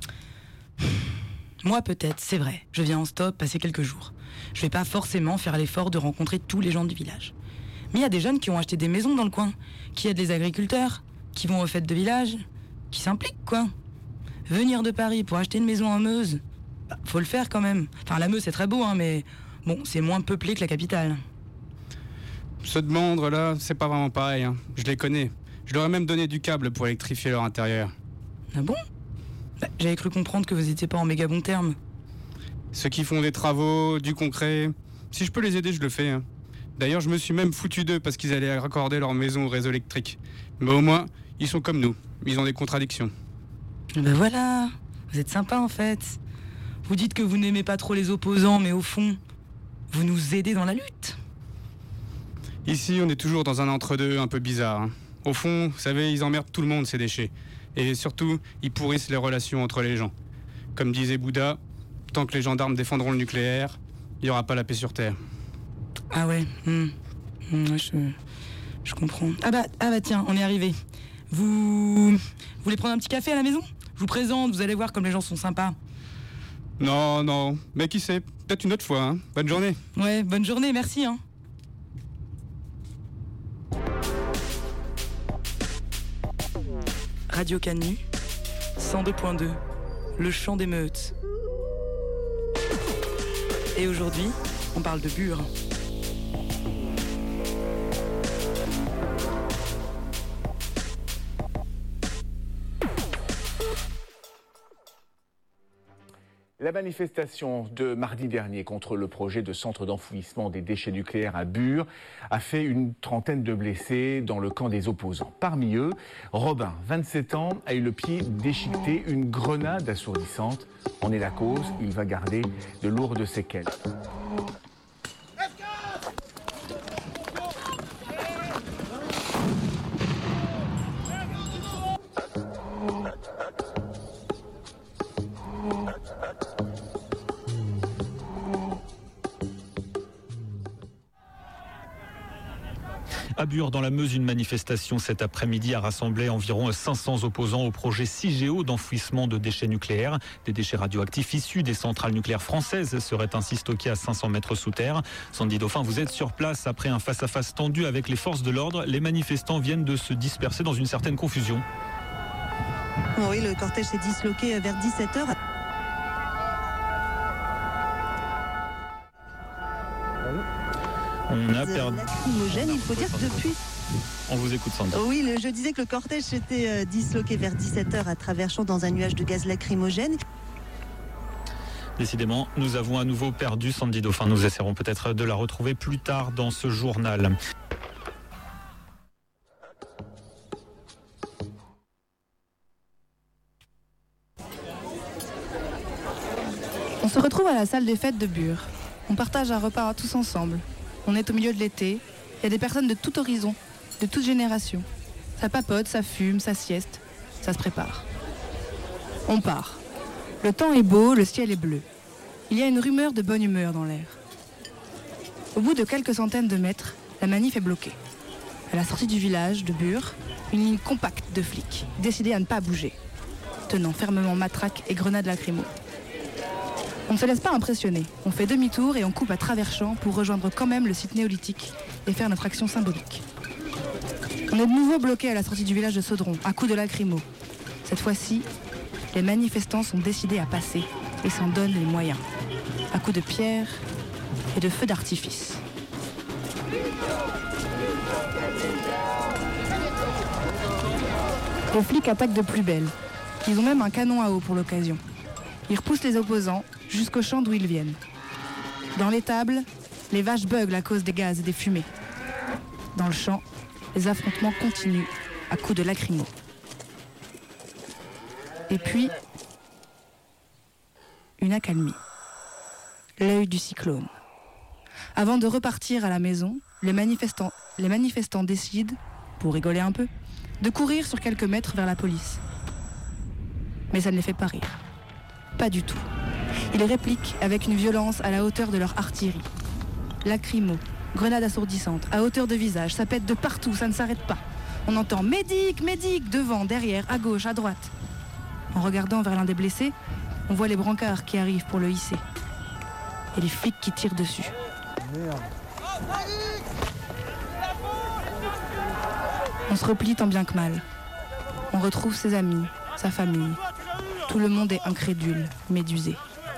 Moi peut-être, c'est vrai. Je viens en stop passer quelques jours. Je vais pas forcément faire l'effort de rencontrer tous les gens du village. Mais il y a des jeunes qui ont acheté des maisons dans le coin, qui aident les agriculteurs, qui vont aux fêtes de village, qui s'impliquent quoi. Venir de Paris pour acheter une maison en Meuse, bah, faut le faire quand même. Enfin la Meuse c'est très beau hein, mais bon, c'est moins peuplé que la capitale. Ceux de Mandres là, c'est pas vraiment pareil, hein. Je les connais. Je leur ai même donné du câble pour électrifier leur intérieur. Ah bon ? Bah, j'avais cru comprendre que vous étiez pas en méga bon terme. Ceux qui font des travaux, du concret, si je peux les aider, je le fais. Hein. D'ailleurs, je me suis même foutu d'eux parce qu'ils allaient raccorder leur maison au réseau électrique. Mais au moins, ils sont comme nous. Ils ont des contradictions. Ben voilà, vous êtes sympa en fait. Vous dites que vous n'aimez pas trop les opposants, mais au fond, vous nous aidez dans la lutte. Ici, on est toujours dans un entre-deux un peu bizarre. Hein. Au fond, vous savez, ils emmerdent tout le monde, ces déchets. Et surtout, ils pourrissent les relations entre les gens. Comme disait Bouddha, tant que les gendarmes défendront le nucléaire, il n'y aura pas la paix sur Terre. Ah ouais, hmm. Hmm, je, je comprends. Ah bah, ah bah tiens, on est arrivé. Vous... vous voulez prendre un petit café à la maison ? Je vous présente, vous allez voir comme les gens sont sympas. Non, non, mais qui sait, peut-être une autre fois. Hein. Bonne journée. Ouais, bonne journée, merci. Hein. Radio Canu, cent deux point deux, le chant des meutes. Et aujourd'hui, on parle de Bure. La manifestation de mardi dernier contre le projet de centre d'enfouissement des déchets nucléaires à Bure a fait une trentaine de blessés dans le camp des opposants. Parmi eux, Robin, vingt-sept ans, a eu le pied déchiqueté, une grenade assourdissante en est la cause. Il va garder de lourdes séquelles. À Bure, dans la Meuse, une manifestation cet après-midi a rassemblé environ cinq cents opposants au projet Cigéo d'enfouissement de déchets nucléaires. Des déchets radioactifs issus des centrales nucléaires françaises seraient ainsi stockés à cinq cents mètres sous terre. Sandy Dauphin, vous êtes sur place après un face-à-face tendu avec les forces de l'ordre. Les manifestants viennent de se disperser dans une certaine confusion. Oui, le cortège s'est disloqué vers dix-sept heures. On a perdu. Lacrymogène, il faut dire que depuis. On vous écoute, Sandy. Oui, le, je disais que le cortège s'était euh, disloqué vers dix-sept heures à travers champs dans un nuage de gaz lacrymogène. Décidément, nous avons à nouveau perdu Sandy Dauphin. Nous essaierons peut-être de la retrouver plus tard dans ce journal. On se retrouve à la salle des fêtes de Bure. On partage un repas tous ensemble. On est au milieu de l'été. Il y a des personnes de tout horizon, de toute génération. Ça papote, ça fume, ça sieste. Ça se prépare. On part. Le temps est beau, le ciel est bleu. Il y a une rumeur de bonne humeur dans l'air. Au bout de quelques centaines de mètres, la manif est bloquée. À la sortie du village de Bure, une ligne compacte de flics, décidés à ne pas bouger, tenant fermement matraques et grenades lacrymo. On ne se laisse pas impressionner. On fait demi-tour et on coupe à travers champs pour rejoindre quand même le site néolithique et faire notre action symbolique. On est de nouveau bloqué à la sortie du village de Saudron, à coups de lacrymo. Cette fois-ci, les manifestants sont décidés à passer et s'en donnent les moyens, à coups de pierres et de feux d'artifice. Les flics attaquent de plus belle. Ils ont même un canon à eau pour l'occasion. Ils repoussent les opposants jusqu'au champ d'où ils viennent. Dans l'étable, les vaches beuglent à cause des gaz et des fumées. Dans le champ, les affrontements continuent à coups de lacrymo. Et puis, une accalmie. L'œil du cyclone. Avant de repartir à la maison, les manifestants, les manifestants décident, pour rigoler un peu, de courir sur quelques mètres vers la police. Mais ça ne les fait pas rire. Pas du tout. Ils répliquent avec une violence à la hauteur de leur artillerie. Lacrymo, grenades assourdissantes, à hauteur de visage, ça pète de partout, ça ne s'arrête pas. On entend « Médic, médic !» devant, derrière, à gauche, à droite. En regardant vers l'un des blessés, on voit les brancards qui arrivent pour le hisser. Et les flics qui tirent dessus. Merde. On se replie tant bien que mal. On retrouve ses amis, sa famille. Tout le monde est incrédule, médusé.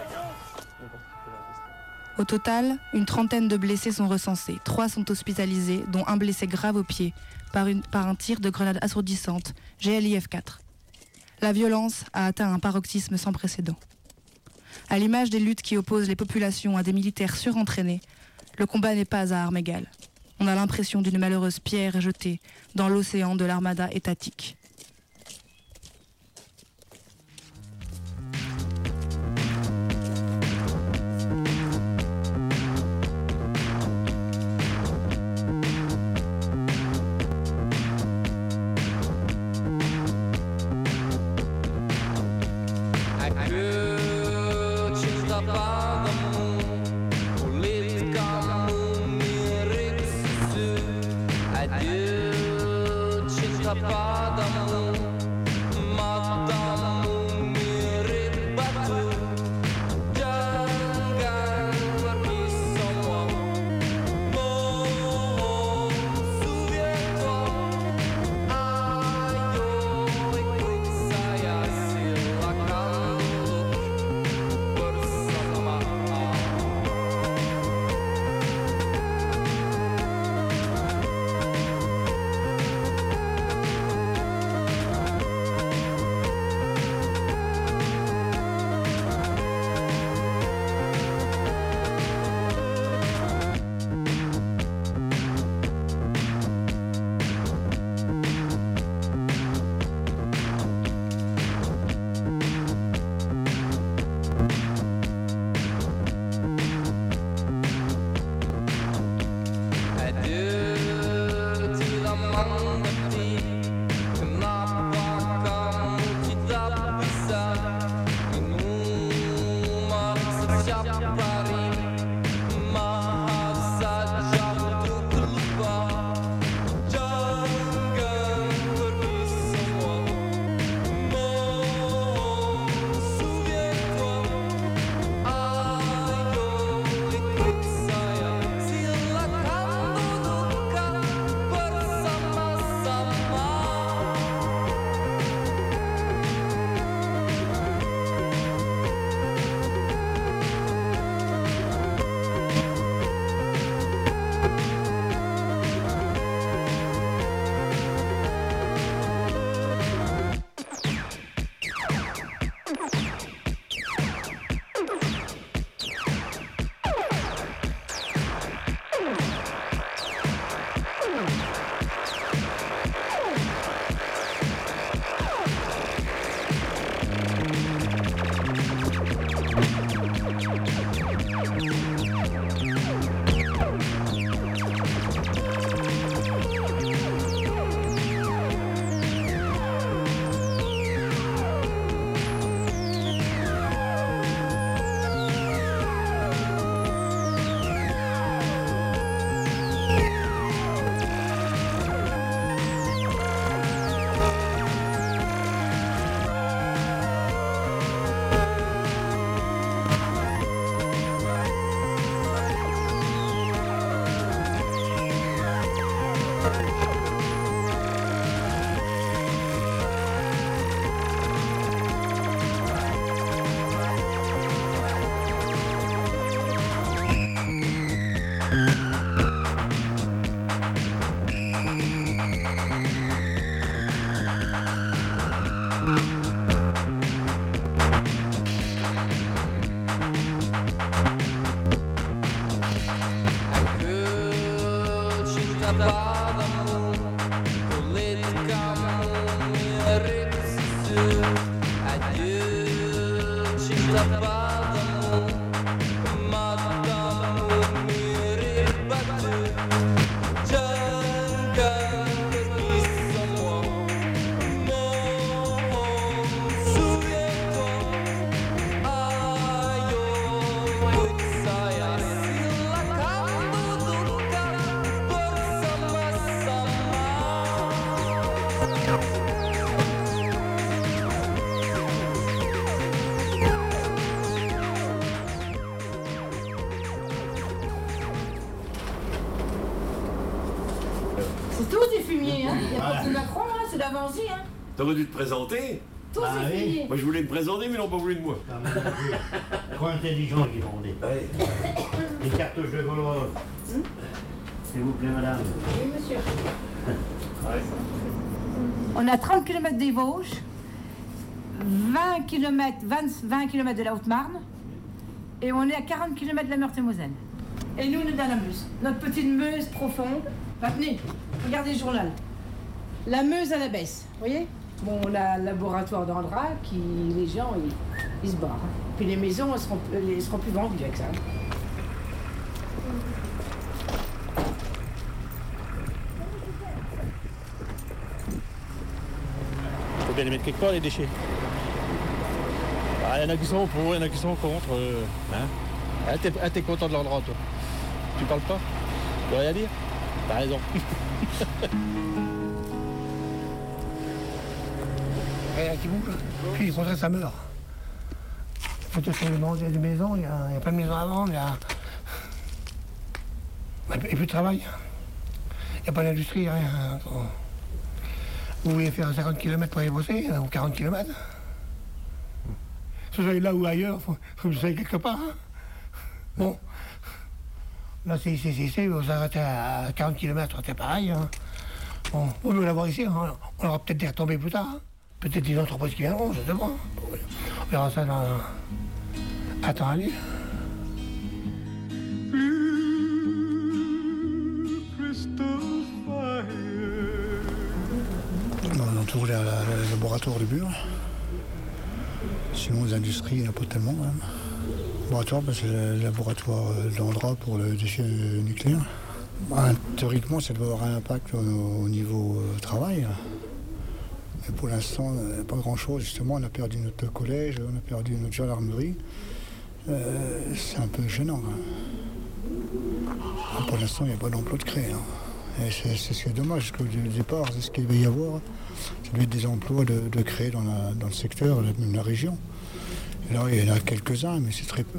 Au total, une trentaine de blessés sont recensés. Trois sont hospitalisés, dont un blessé grave au pied, par, une, par un tir de grenade assourdissante, G L I F quatre. La violence a atteint un paroxysme sans précédent. À l'image des luttes qui opposent les populations à des militaires surentraînés, le combat n'est pas à armes égales. On a l'impression d'une malheureuse pierre jetée dans l'océan de l'armada étatique. C'est tous des fumiers, hein. Il n'y a pas que Macron, hein. C'est d'Avancy, hein. T'aurais dû te présenter. Tous des fumiers. Moi je voulais me présenter, mais ils n'ont pas voulu de moi. Trop intelligent qu'ils vont dire. Les cartouches de Gaulois. S'il vous plaît, madame. Oui, monsieur. On a trente kilomètres des Vosges, vingt kilomètres, vingt, vingt kilomètres de la Haute-Marne, et on est à quarante kilomètres de la Meurthe-et-Moselle. Et nous, on est dans la Meuse. Notre petite Meuse profonde. Bah, tenez, regardez le journal. La Meuse à la baisse, vous voyez? Bon, on a le laboratoire d'Andra qui, les gens, ils, ils se barrent. Hein. Puis les maisons, elles seront, elles seront plus vendues avec ça. Faut bien les mettre quelque part, les déchets. Il y en a qui sont pour, il y en a qui sont contre. Euh, hein. Ah, t'es, ah, t'es content de l'endroit, toi. Tu parles pas? Tu veux rien dire? T'as raison. Rien qui bouge. Puis, au contraire, ça meurt. Il faut tout simplement, il y a des maisons, il n'y a, a pas de maison à vendre, il n'y a... a plus de travail. Il n'y a pas d'industrie, rien. Vous voulez faire cinquante kilomètres pour aller bosser, ou quarante kilomètres. Que ce soit là ou ailleurs, il faut, faut que vous soyez quelque part. Hein. Bon. Là, c'est ici, c'est ici, vous arrêtez à quarante kilomètres, c'est pareil. Hein. Bon, vous voulez l'avoir ici, hein. On aura peut-être des retombées plus tard. Hein. Peut-être des entreprises qui viendront, je sais pas. On verra ça dans... Attends, allez. On a toujours le laboratoire de Bure. Sinon, les industries, il n'y en a pas tellement, quand même. Laboratoire, ben, c'est le laboratoire d'Andra pour le déchet nucléaire. Ben, théoriquement, ça doit avoir un impact au, au niveau euh, travail. Mais pour l'instant, pas grand-chose. Justement, on a perdu notre collège, on a perdu notre gendarmerie. Euh, c'est un peu gênant. Hein. Pour l'instant, il n'y a pas d'emploi de créer. Hein. Et c'est, c'est ce qui est dommage, parce qu'au départ, c'est ce qu'il va y avoir. Ça doit être des emplois de, de créer dans, la, dans le secteur, même la région. Et là, il y en a quelques-uns, mais c'est très peu.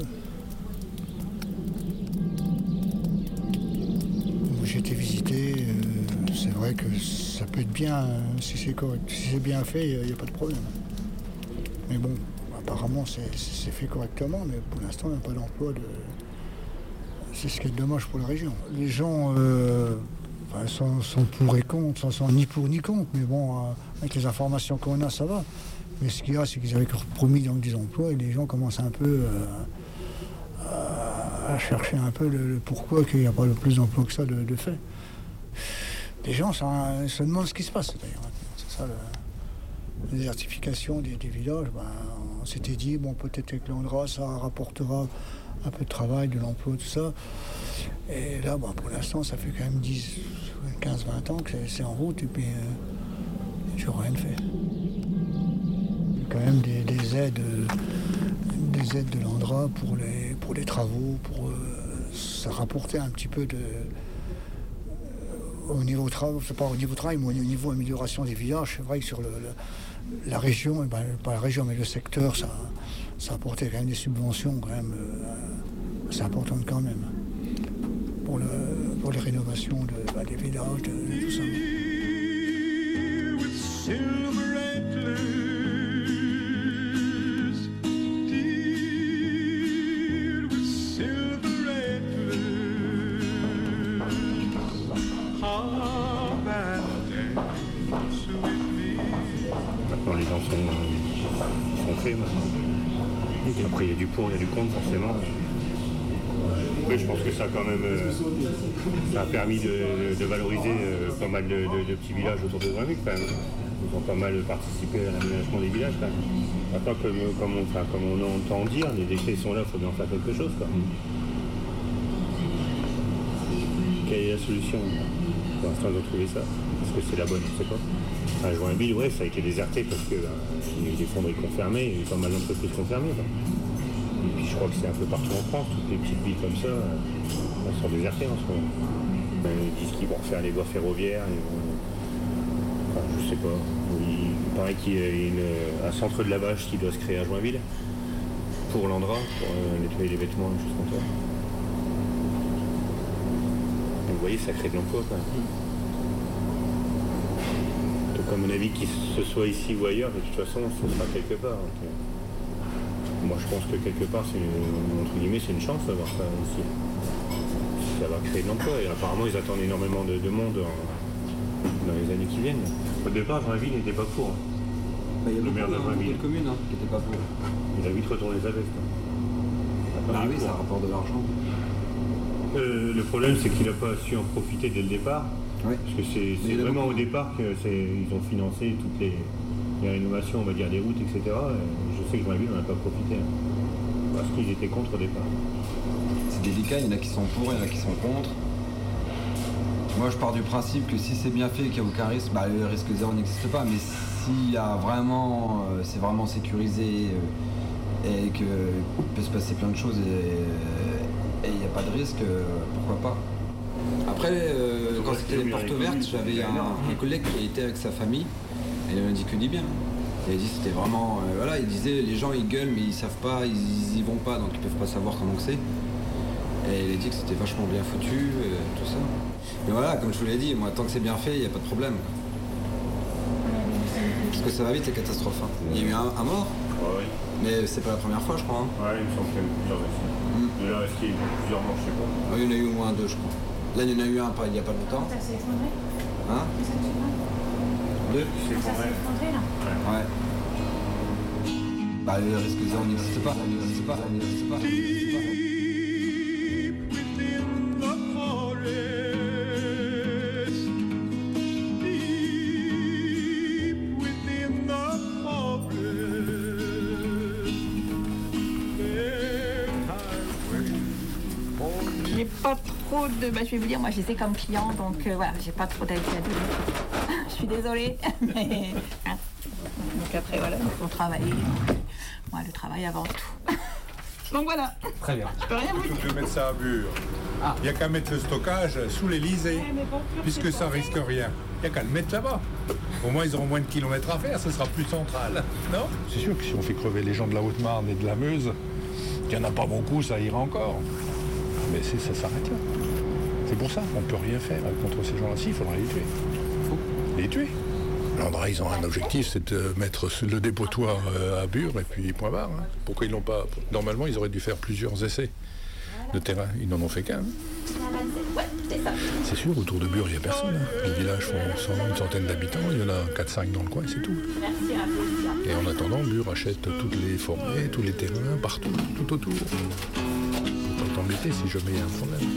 J'ai été visité, euh, c'est vrai que ça peut être bien, euh, si c'est correct. Si c'est bien fait, il n'y a, a pas de problème. Mais bon, apparemment, c'est, c'est fait correctement, mais pour l'instant, il n'y a pas d'emploi. De... C'est ce qui est dommage pour la région. Les gens euh, enfin, sont, sont pour et contre, sont, sont ni pour ni contre, mais bon, euh, avec les informations qu'on a, ça va. Mais ce qu'il y a, c'est qu'ils avaient promis donc, des emplois et les gens commencent un peu euh, à chercher un peu le, le pourquoi qu'il n'y a pas plus d'emplois que ça de, de fait. Les gens ça, se demandent ce qui se passe d'ailleurs. C'est ça, le, la désertification des, des villages. Ben, on s'était dit, bon, peut-être avec l'Andra, ça rapportera un peu de travail, de l'emploi, tout ça. Et là, ben, pour l'instant, ça fait quand même dix, quinze, vingt ans que c'est, c'est en route et puis euh, j'ai rien fait. Quand même des, des aides des aides de l'Andra pour les, pour les travaux, pour euh, ça rapporter un petit peu de euh, au niveau travaux, c'est pas au niveau travail, mais au niveau amélioration des villages. C'est vrai que sur le, le, la région, ben, pas la région, mais le secteur, ça, ça apportait quand même des subventions quand même euh, c'est important quand même pour, le, pour les rénovations de, ben, des villages, de, de tout ça. Maintenant, les gens sont, sont faits maintenant. Et après, il y a du pour, il y a du contre, forcément. Après, je pense que ça, quand même, euh, ça a permis de, de valoriser euh, pas mal de, de, de petits villages autour de Noirmoutier, quand même. Ils ont pas mal participé à l'aménagement des villages, quand même. Maintenant, comme, comme, on, enfin, comme on entend dire, les déchets sont là, il faut bien en faire quelque chose, quoi. Quelle est la solution? Pour l'instant, ils ont trouvé ça. Est-ce que c'est la bonne? Je sais pas. À Joinville, ouais, ça a été déserté parce qu'il y a eu des fonderies confirmées, il y a eu pas mal d'entreprises confirmées. Quoi. Et puis je crois que c'est un peu partout en France, toutes les petites villes comme ça, elles sont désertées en ce moment. Ils disent qu'ils vont refaire les voies ferroviaires, ils vont... Enfin, je sais pas. Il paraît qu'il y a une, un centre de lavage qui doit se créer à Joinville, pour l'Andra, pour euh, nettoyer les vêtements, des choses comme ça. Donc vous voyez, ça crée de l'emploi quand même. Donc à mon avis, qu'il se soit ici ou ailleurs, de toute façon, ce sera quelque part. Donc, euh, moi je pense que quelque part, c'est une, entre guillemets, c'est une chance d'avoir ça ici. Ça va créer de l'emploi et apparemment ils attendent énormément de, de monde en, dans les années qui viennent. Au départ, Joinville n'était pas pour. Hein. Bah, il y a le beaucoup, maire de hein, beaucoup Joinville de communes hein, qui n'étaient pas pour. Il a vite retourné sa veste. Hein. Ah oui, ça rapporte de l'argent. Euh, le problème, c'est qu'il n'a pas su en profiter dès le départ. Ouais. Parce que c'est, c'est vraiment beaucoup, au départ qu'ils ont financé toutes les, les rénovations, on va dire, des routes, et cetera. Et je sais que Joinville n'en a pas profité. Hein, parce qu'ils étaient contre au départ. C'est délicat, il y en a qui sont pour, il y en a qui sont contre. Moi, je pars du principe que si c'est bien fait et qu'il n'y a aucun risque, bah, le risque zéro n'existe pas. Mais s'il y a vraiment, euh, c'est vraiment sécurisé euh, et qu'il peut se passer plein de choses et il n'y a pas de risque, euh, pourquoi pas. Après, euh, quand c'était les portes ouvertes, j'avais un, un collègue qui était avec sa famille et il m'a dit que du bien. Il a dit que c'était vraiment, euh, voilà, il disait les gens ils gueulent mais ils savent pas, ils, ils y vont pas donc ils peuvent pas savoir comment c'est. Et il a dit que c'était vachement bien foutu, euh, tout ça. Mais voilà, comme je vous l'ai dit, moi tant que c'est bien fait, il n'y a pas de problème. Parce que ça va vite, c'est catastrophe. Hein. Il y a eu un, un mort, ouais, oui. Mais c'est pas la première fois, je crois. Hein. Ouais, il me semble qu'il y a eu plusieurs accidents. Mm. Et là, est-ce qu'il y a eu plusieurs morts, je sais pas. Ah, il y en a eu au moins deux, je crois. Là, il y en a eu un pas, il n'y a pas longtemps. Ça s'est effondré. Hein Deux qui s'est effondré. là. Ouais. Bah, le risque zéro n'existe pas, ça n'existe pas, ça n'existe pas. Ça n'existe pas. J'ai pas trop de... Bah, je vais vous dire, moi je les ai comme clients, donc euh, voilà, j'ai pas trop d'avis à donner. Je suis désolée, mais... Hein. Donc après, voilà, il faut travailler. Moi, le travail avant tout. Donc voilà. Très bien. Je peux rien vous dire. Je vais mettre ça à Bure. Il n'y a qu'à mettre le stockage sous l'Elysée, puisque ça risque rien. Il n'y a qu'à le mettre là-bas. Au moins, ils auront moins de kilomètres à faire, ce sera plus central. Non ? C'est sûr que si on fait crever les gens de la Haute-Marne et de la Meuse, qu'il n'y en a pas beaucoup, ça ira encore. Mais c'est, ça s'arrête là. C'est pour ça qu'on ne peut rien faire contre ces gens-là. Si, il faudra les tuer. Faut les tuer. L'Andra, ils ont un objectif, c'est de mettre le dépotoir à Bure et puis point barre. Hein. Pourquoi ils l'ont pas ? Normalement, ils auraient dû faire plusieurs essais de terrain. Ils n'en ont fait qu'un. Ouais, c'est ça. C'est sûr, autour de Bure, il n'y a personne. Hein. Les villages font une centaine d'habitants, il y en a quatre cinq dans le coin, c'est tout. Merci à vous. Et en attendant, Bure achète toutes les forêts, tous les terrains, partout, tout autour. Faut pas t'embêter si jamais il y a un problème.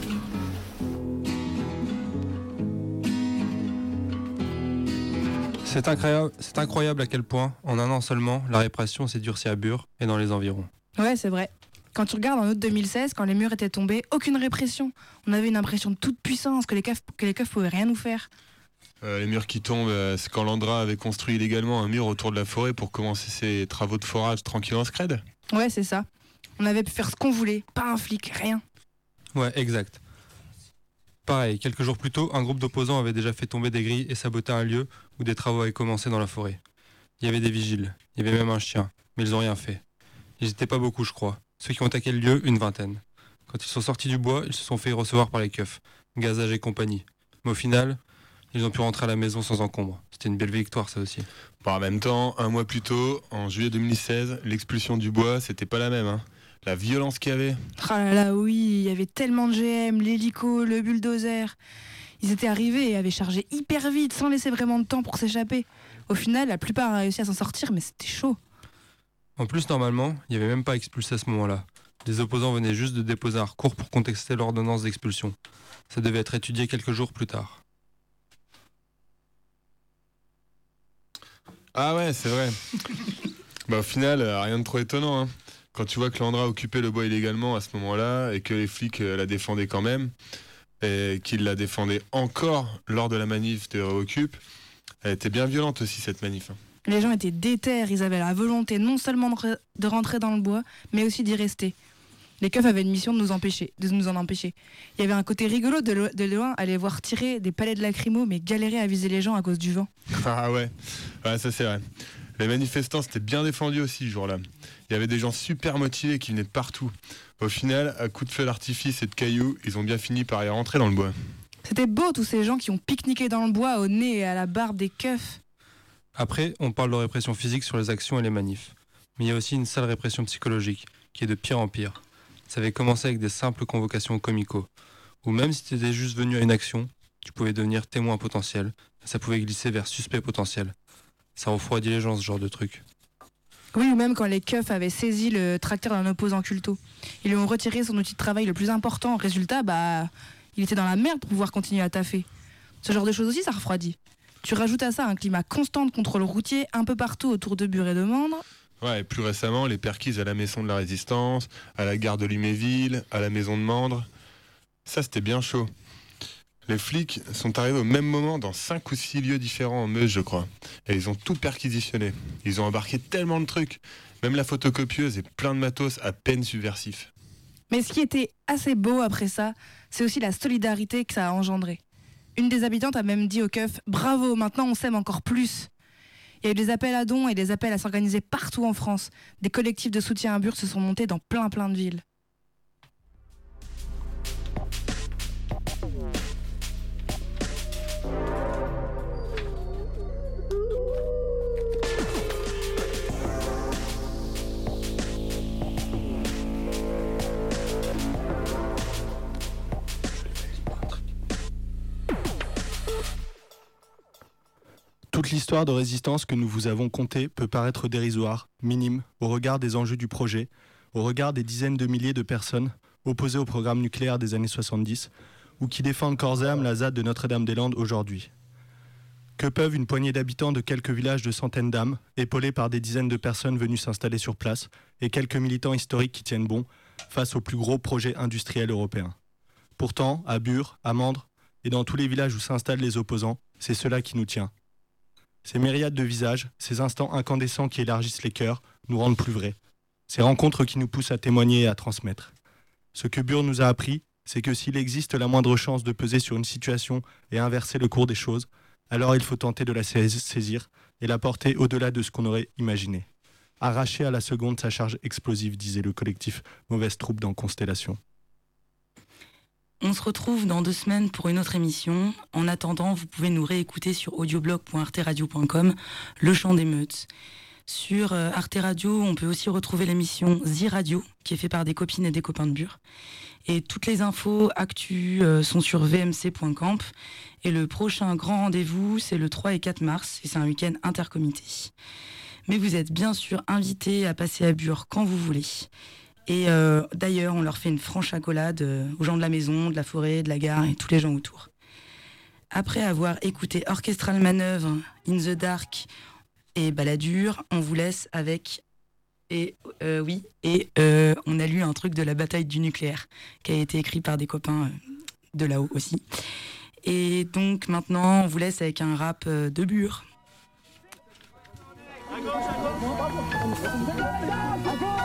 C'est incroyable, c'est incroyable à quel point, en un an seulement, la répression s'est durcie à Bure et dans les environs. Ouais, c'est vrai. Quand tu regardes en août deux mille seize, quand les murs étaient tombés, aucune répression. On avait une impression de toute puissance, que les keufs, que les keufs pouvaient rien nous faire. Euh, les murs qui tombent, euh, c'est quand l'Andra avait construit illégalement un mur autour de la forêt pour commencer ses travaux de forage tranquille en scred. Ouais, c'est ça. On avait pu faire ce qu'on voulait, pas un flic, rien. Ouais, exact. Pareil, quelques jours plus tôt, un groupe d'opposants avait déjà fait tomber des grilles et saboté un lieu où des travaux avaient commencé dans la forêt. Il y avait des vigiles, il y avait même un chien, mais ils n'ont rien fait. Ils n'étaient pas beaucoup, je crois. Ceux qui ont attaqué le lieu, une vingtaine. Quand ils sont sortis du bois, ils se sont fait recevoir par les keufs, gazage et compagnie. Mais au final, ils ont pu rentrer à la maison sans encombre. C'était une belle victoire, ça aussi. Bon, en même temps, un mois plus tôt, en juillet deux mille seize, l'expulsion du bois, c'était pas la même. Hein. La violence qu'il y avait. Ah là là, oui, il y avait tellement de G M, l'hélico, le bulldozer. Ils étaient arrivés et avaient chargé hyper vite, sans laisser vraiment de temps pour s'échapper. Au final, la plupart a réussi à s'en sortir, mais c'était chaud. En plus, normalement, il n'y avait même pas expulsé à ce moment-là. Les opposants venaient juste de déposer un recours pour contester l'ordonnance d'expulsion. Ça devait être étudié quelques jours plus tard. Ah ouais, c'est vrai. Bah au final, euh, rien de trop étonnant. Hein. Quand tu vois que l'Andra occupait le bois illégalement à ce moment-là et que les flics euh, la défendaient quand même et qu'ils la défendaient encore lors de la manif de Réoccupe, elle était bien violente aussi cette manif. Hein. Les gens étaient déter, ils avaient la volonté non seulement de, re- de rentrer dans le bois, mais aussi d'y rester. Les keufs avaient une mission de nous empêcher, de nous en empêcher. Il y avait un côté rigolo de, lo- de loin à les voir tirer des palets de lacrymo, mais galérer à viser les gens à cause du vent. Ah ouais, ouais ça c'est vrai. Les manifestants s'étaient bien défendus aussi ce jour-là. Il y avait des gens super motivés qui venaient de partout. Au final, à coups de feu d'artifice et de cailloux, ils ont bien fini par y rentrer dans le bois. C'était beau tous ces gens qui ont pique-niqué dans le bois au nez et à la barbe des keufs. Après, on parle de répression physique sur les actions et les manifs. Mais il y a aussi une sale répression psychologique, qui est de pire en pire. Ça avait commencé avec des simples convocations au comico, où même si tu étais juste venu à une action, tu pouvais devenir témoin potentiel, et ça pouvait glisser vers suspect potentiel. Ça refroidit les gens, ce genre de truc. Oui, ou même quand les keufs avaient saisi le tracteur d'un opposant culto. Ils lui ont retiré son outil de travail le plus important. Résultat, bah, il était dans la merde pour pouvoir continuer à taffer. Ce genre de choses aussi, ça refroidit. Tu rajoutes à ça un climat constant de contrôle routier un peu partout autour de Bure et de Mandres. Ouais, et plus récemment, les perquises à la Maison de la Résistance, à la gare de Luméville, à la Maison de Mandres. Ça, c'était bien chaud. Les flics sont arrivés au même moment dans cinq ou six lieux différents en Meuse, je crois. Et ils ont tout perquisitionné. Ils ont embarqué tellement de trucs. Même la photocopieuse et plein de matos à peine subversifs. Mais ce qui était assez beau après ça, c'est aussi la solidarité que ça a engendré. Une des habitantes a même dit au keuf « Bravo, maintenant on s'aime encore plus !» Il y a eu des appels à dons et des appels à s'organiser partout en France. Des collectifs de soutien à Bure se sont montés dans plein plein de villes. Toute l'histoire de résistance que nous vous avons contée peut paraître dérisoire, minime, au regard des enjeux du projet, au regard des dizaines de milliers de personnes opposées au programme nucléaire des années soixante-dix ou qui défendent corps et âme la Z A D de Notre-Dame-des-Landes aujourd'hui. Que peuvent une poignée d'habitants de quelques villages de centaines d'âmes, épaulés par des dizaines de personnes venues s'installer sur place, et quelques militants historiques qui tiennent bon, face au plus gros projet industriel européen. Pourtant, à Bure, à Mandres, et dans tous les villages où s'installent les opposants, c'est cela qui nous tient. Ces myriades de visages, ces instants incandescents qui élargissent les cœurs, nous rendent plus vrais. Ces rencontres qui nous poussent à témoigner et à transmettre. Ce que Bure nous a appris, c'est que s'il existe la moindre chance de peser sur une situation et inverser le cours des choses, alors il faut tenter de la saisir et la porter au-delà de ce qu'on aurait imaginé. Arracher à la seconde sa charge explosive, disait le collectif Mauvaise Troupe dans Constellation. On se retrouve dans deux semaines pour une autre émission. En attendant, vous pouvez nous réécouter sur audioblog point arte radio point com, Le Chant des Meutes. Sur euh, Arte Radio, on peut aussi retrouver l'émission Zi Radio, qui est faite par des copines et des copains de Bure. Et toutes les infos, actus euh, sont sur v m c point camp. Et le prochain grand rendez-vous, c'est le trois et quatre mars, et c'est un week-end intercomité. Mais vous êtes bien sûr invités à passer à Bure quand vous voulez. Et euh, d'ailleurs, on leur fait une franche accolade euh, aux gens de la maison, de la forêt, de la gare et tous les gens autour. Après avoir écouté Orchestral Manœuvre, In the Dark et Balladur, on vous laisse avec... Et euh, oui, et euh, on a lu un truc de la bataille du nucléaire qui a été écrit par des copains euh, de là-haut aussi. Et donc maintenant, on vous laisse avec un rap euh, de Bure. À gauche, à gauche.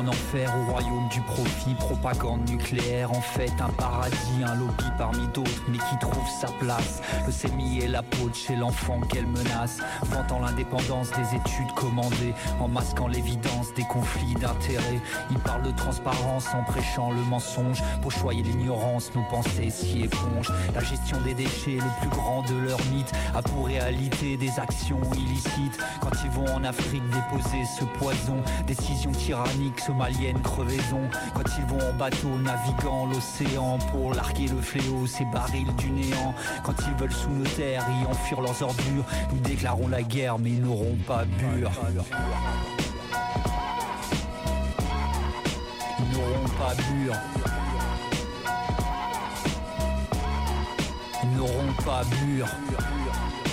enfer au royaume du profit, propagande nucléaire, en fait un paradis, un lobby parmi d'autres, mais qui trouve sa place. Leucémie et la peau de chez l'enfant qu'elle menace, vantant l'indépendance des études commandées, en masquant l'évidence des conflits d'intérêts. Ils parlent de transparence en prêchant le mensonge, pour choyer l'ignorance, nos pensées s'y épongent. La gestion des déchets, le plus grand de leurs mythes, a pour réalité des actions illicites. Quand ils vont en Afrique déposer ce poison, décision tyrannique, somalienne, crevaison. Quand ils vont en bateau naviguant l'océan pour larguer le fléau, ces barils du néant. Quand ils veulent sous nos terres y enfuir leurs ordures, nous déclarons la guerre mais ils n'auront pas bure. Ils n'auront pas bure. Ils n'auront pas bure.